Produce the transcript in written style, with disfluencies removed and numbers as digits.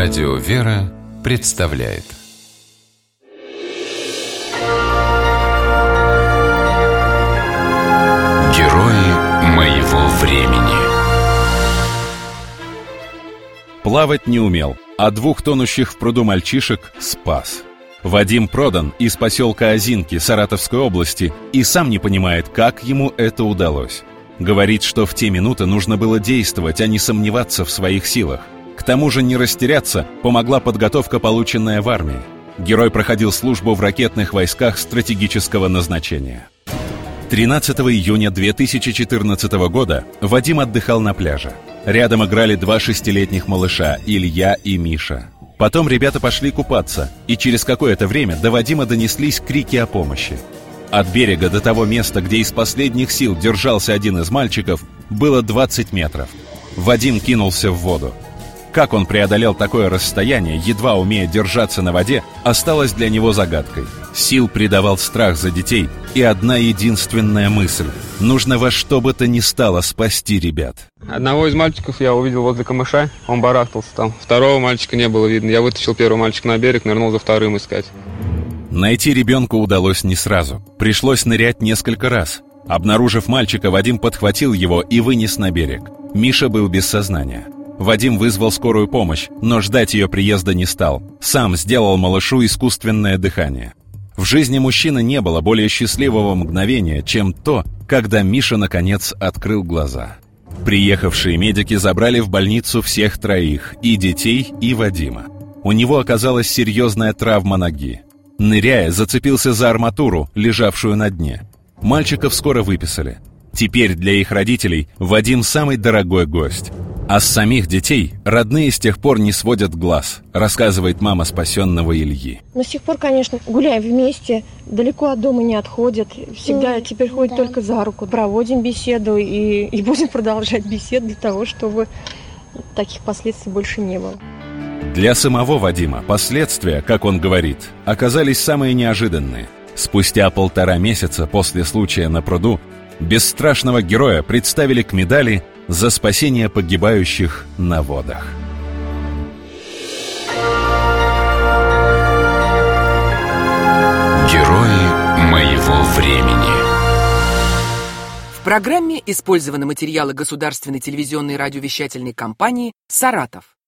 Радио «Вера» представляет Герои моего времени. Плавать не умел, а 2 тонущих в пруду мальчишек спас. Вадим продан из поселка Озинки Саратовской области и сам не понимает, как ему это удалось. Говорит, что в те минуты нужно было действовать, а не сомневаться в своих силах. К тому же не растеряться помогла подготовка, полученная в армии. Герой проходил службу в ракетных войсках стратегического назначения. 13 июня 2014 года Вадим отдыхал на пляже. Рядом играли 2 6-летних малыша, Илья и Миша. Потом ребята пошли купаться, и через какое-то время до Вадима донеслись крики о помощи. От берега до того места, где из последних сил держался один из мальчиков, было 20 метров. Вадим кинулся в воду. Как он преодолел такое расстояние, едва умея держаться на воде, осталось для него загадкой. Сил придавал страх за детей и одна единственная мысль – нужно во что бы то ни стало спасти ребят. Одного из мальчиков я увидел возле камыша, он барахтался там. Второго мальчика не было видно. Я вытащил первого мальчика на берег, нырнул за вторым искать. Найти ребенка удалось не сразу. Пришлось нырять несколько раз. Обнаружив мальчика, Вадим подхватил его и вынес на берег. Миша был без сознания. Вадим вызвал скорую помощь, но ждать ее приезда не стал. Сам сделал малышу искусственное дыхание. В жизни мужчины не было более счастливого мгновения, чем то, когда Миша наконец открыл глаза. Приехавшие медики забрали в больницу всех 3, и детей, и Вадима. У него оказалась серьезная травма ноги. Ныряя, зацепился за арматуру, лежавшую на дне. Мальчиков скоро выписали. Теперь для их родителей Вадим самый дорогой гость. А с самих детей родные с тех пор не сводят глаз, рассказывает мама спасенного Ильи. Но с тех пор, конечно, гуляем вместе, далеко от дома не отходят. Всегда теперь ходят только за руку. Проводим беседу и будем продолжать беседу для того, чтобы таких последствий больше не было. Для самого Вадима последствия, как он говорит, оказались самые неожиданные. Спустя 1,5 месяца после случая на пруду бесстрашного героя представили к медали за спасение погибающих на водах. Герои моего времени. В программе использованы материалы государственной телевизионной и радиовещательной компании «Саратов».